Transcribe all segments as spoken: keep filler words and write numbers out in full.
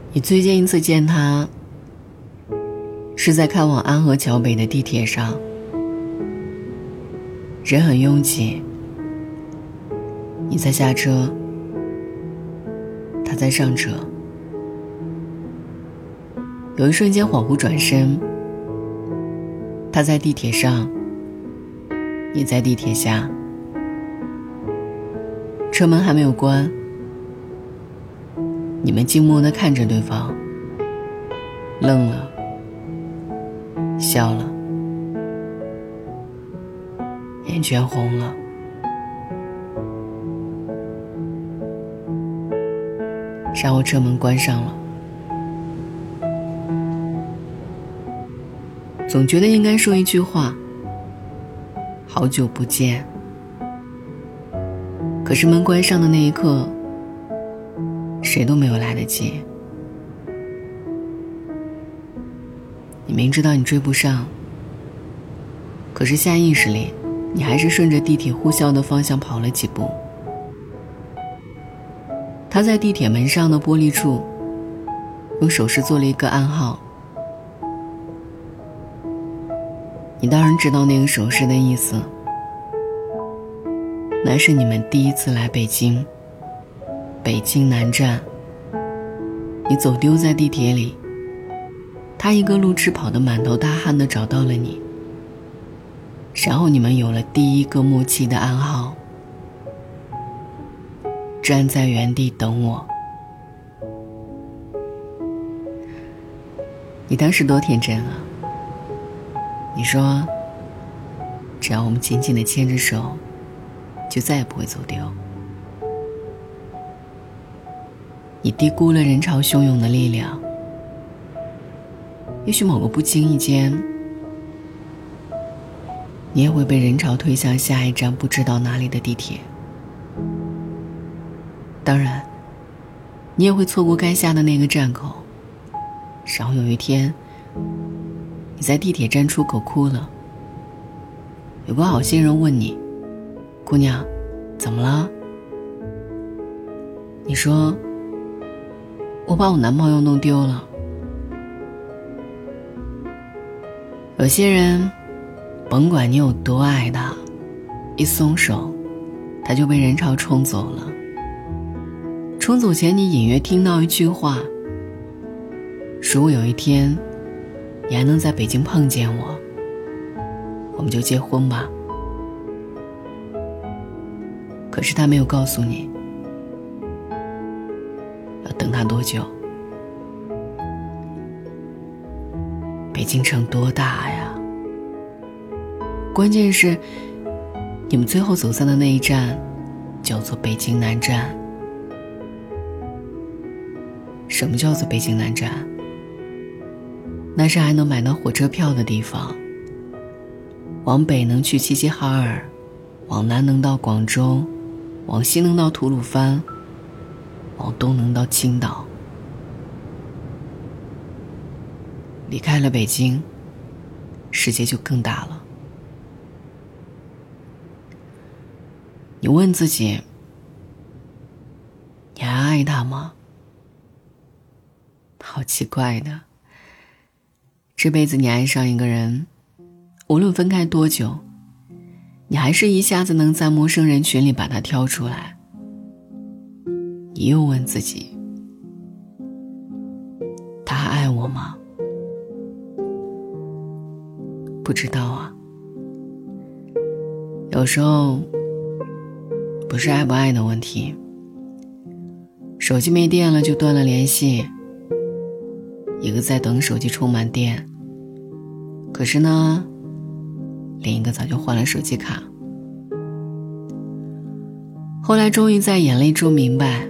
你最近一次见他是在开往安河桥北的地铁上，人很拥挤，你在下车，他在上车，有一瞬间恍惚转身，他在地铁上，你在地铁下，车门还没有关，你们静默地看着对方，愣了，笑了，眼圈红了。然后车门关上了。总觉得应该说一句话，好久不见。可是门关上的那一刻，谁都没有来得及。你明知道你追不上，可是下意识里，你还是顺着地铁呼啸的方向跑了几步。他在地铁门上的玻璃处，用手势做了一个暗号。你当然知道那个手势的意思，那是你们第一次来北京，北京南站。你走丢在地铁里，他一个路痴跑得满头大汗地找到了你，然后你们有了第一个默契的暗号，站在原地等我。你当时多天真啊，你说只要我们紧紧地牵着手，就再也不会走丢。你低估了人潮汹涌的力量，也许某个不经意间，你也会被人潮推向下一站不知道哪里的地铁。当然，你也会错过该下的那个站口，然后有一天，你在地铁站出口哭了，有个好心人问你，姑娘，怎么了？你说，我把我男朋友弄丢了。有些人，甭管你有多爱他，一松手，他就被人潮冲走了。冲走前，你隐约听到一句话，如果有一天你还能在北京碰见我，我们就结婚吧。可是他没有告诉你要等他多久。北京城多大呀，关键是你们最后走散的那一站叫做北京南站。什么叫做北京南站？那是还能买到火车票的地方，往北能去齐齐哈尔，往南能到广州，往西能到吐鲁番，往东能到青岛。离开了北京，世界就更大了。你问自己，你还爱他吗？好奇怪的，这辈子你爱上一个人，无论分开多久，你还是一下子能在陌生人群里把他挑出来。你又问自己，他还爱我吗？不知道啊。有时候不是爱不爱的问题，手机没电了就断了联系，一个在等手机充满电，可是呢，另一个早就换了手机卡。后来终于在眼泪中明白，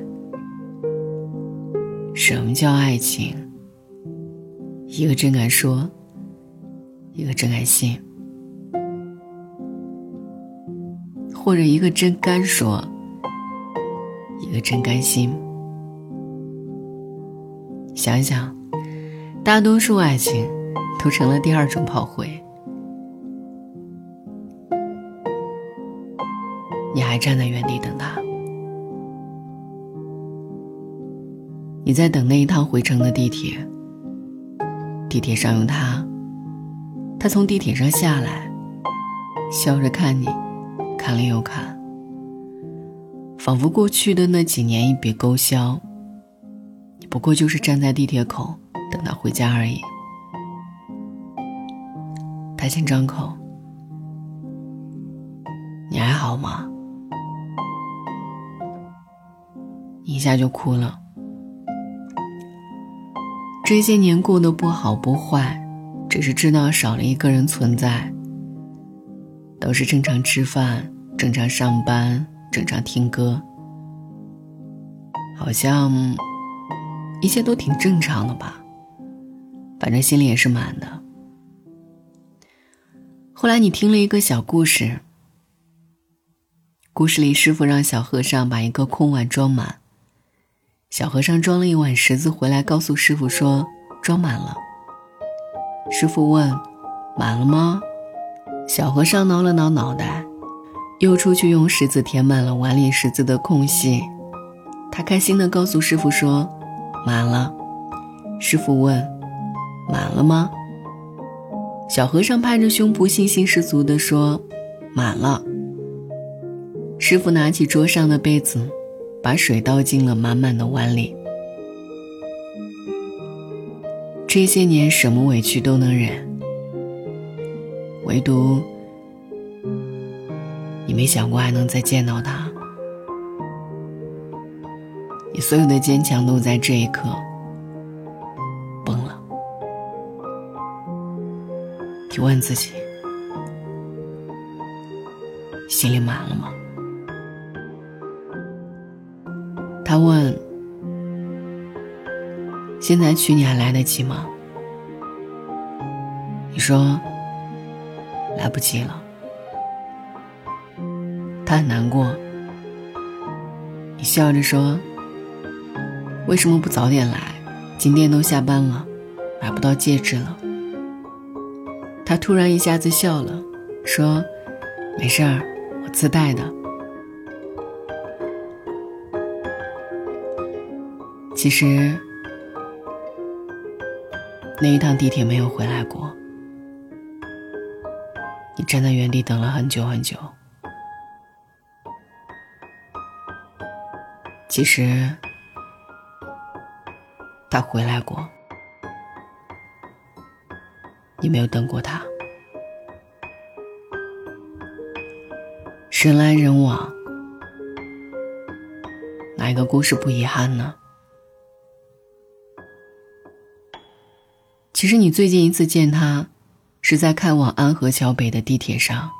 什么叫爱情？一个真敢说，一个真敢信，或者一个真敢说，一个真甘心。想想，大多数爱情都成了第二种炮灰。你还站在原地等他。 你在等那一趟回程的地铁，地铁上有他，他从地铁上下来，笑着看你，看了又看，仿佛过去的那几年一笔勾销，你不过就是站在地铁口等他回家而已。他先张口，你还好吗？你一下就哭了。这些年过得不好不坏，只是知道少了一个人存在，都是正常吃饭，正常上班，正常听歌，好像一切都挺正常的吧，反正心里也是满的。后来你听了一个小故事，故事里师傅让小和尚把一个空碗装满，小和尚装了一碗石子回来，告诉师傅说装满了。师傅问满了吗？小和尚挠了挠脑袋，又出去用石子填满了碗里石子的空隙。他开心地告诉师傅说满了。师傅问满了吗？小和尚拍着胸脯信心十足地说满了。师傅拿起桌上的杯子，把水倒进了满满的碗里。这些年什么委屈都能忍，唯独你没想过还能再见到他。你所有的坚强都在这一刻崩了。你问自己，心里满了吗？他问，现在娶你还来得及吗？你说来不及了。他很难过，你笑着说为什么不早点来，今天都下班了，买不到戒指了。他突然一下子笑了，说没事儿，我自带的。其实那一趟地铁没有回来过，你站在原地等了很久很久。其实他回来过，你没有等过他。人来人往，哪一个故事不遗憾呢？其实你最近一次见他是在开往安河桥北的地铁上，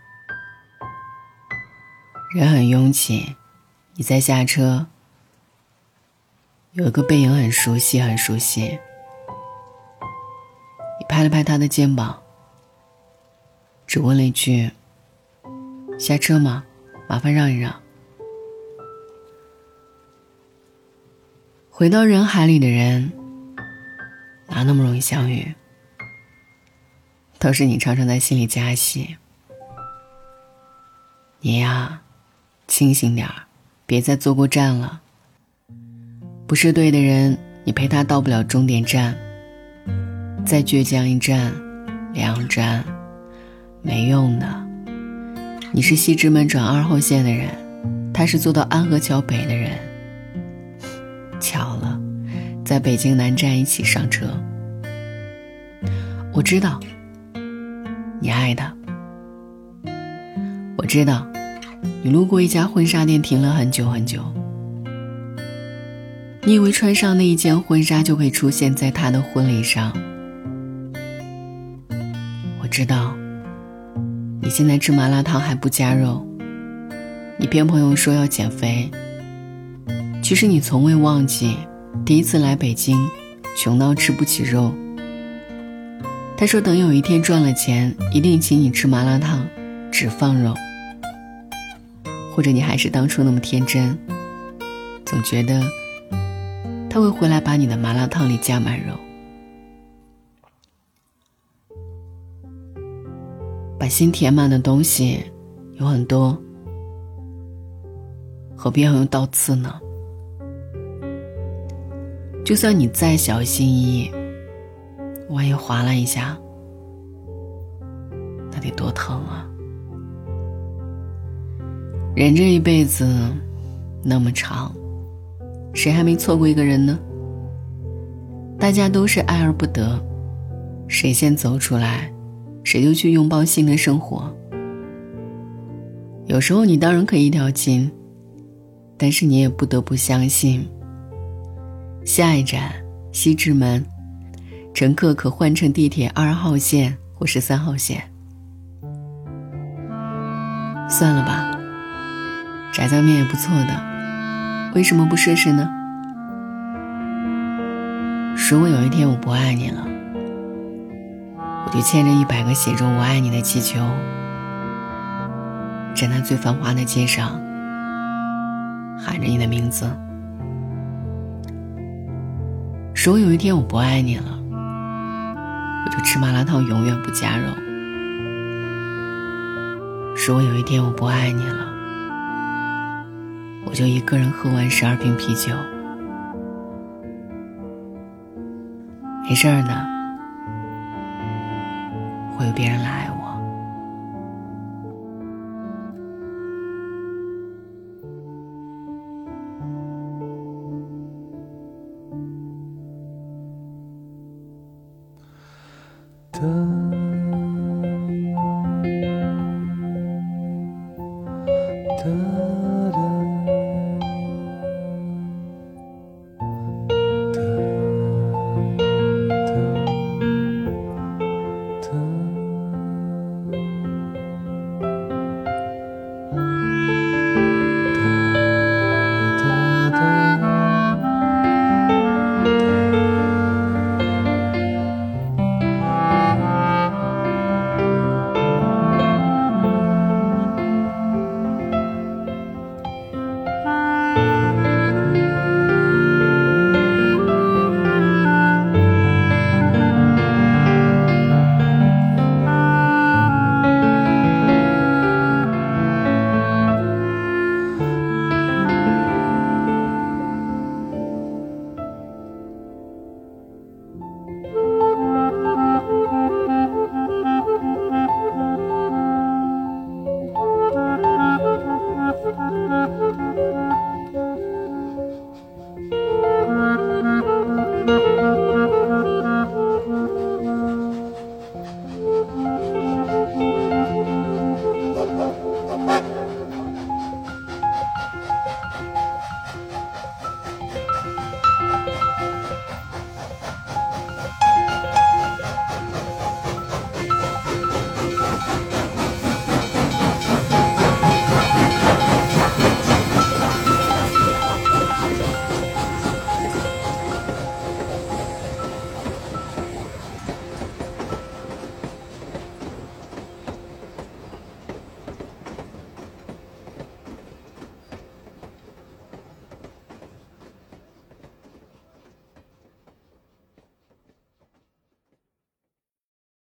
人很拥挤，你在下车，有一个背影很熟悉很熟悉，你拍了拍他的肩膀，只问了一句下车吗？麻烦让一让。回到人海里的人哪那么容易相遇，都是你常常在心里加戏。你呀，清醒点儿，别再坐过站了。不是对的人，你陪他到不了终点站，再倔强一站两站没用的。你是西直门转二号线的人，他是坐到安河桥北的人，巧了，在北京南站一起上车。我知道你爱他，我知道你路过一家婚纱店停了很久很久，你以为穿上那一件婚纱就可以出现在他的婚礼上。我知道你现在吃麻辣烫还不加肉，你骗朋友说要减肥，其实你从未忘记第一次来北京穷到吃不起肉。他说等有一天赚了钱一定请你吃麻辣烫只放肉。或者你还是当初那么天真，总觉得他会回来把你的麻辣烫里加满肉。把心填满的东西有很多，何必要用刀刺呢？ 就算你再小心翼翼，万一滑了一下，那得多疼啊。人这一辈子那么长，谁还没错过一个人呢？大家都是爱而不得，谁先走出来，谁就去拥抱新的生活。有时候你当然可以一条筋，但是你也不得不相信，下一站西直门，乘客可换乘地铁二号线或是三号线。算了吧，炸酱面也不错的，为什么不试试呢？如果有一天我不爱你了，我就牵着一百个写着我爱你的气球，站在最繁华的街上，喊着你的名字。如果有一天我不爱你了，我就吃麻辣烫永远不加肉。如果有一天我不爱你了，我就一个人喝完十二瓶啤酒。没事儿的，会有别人来爱我。 的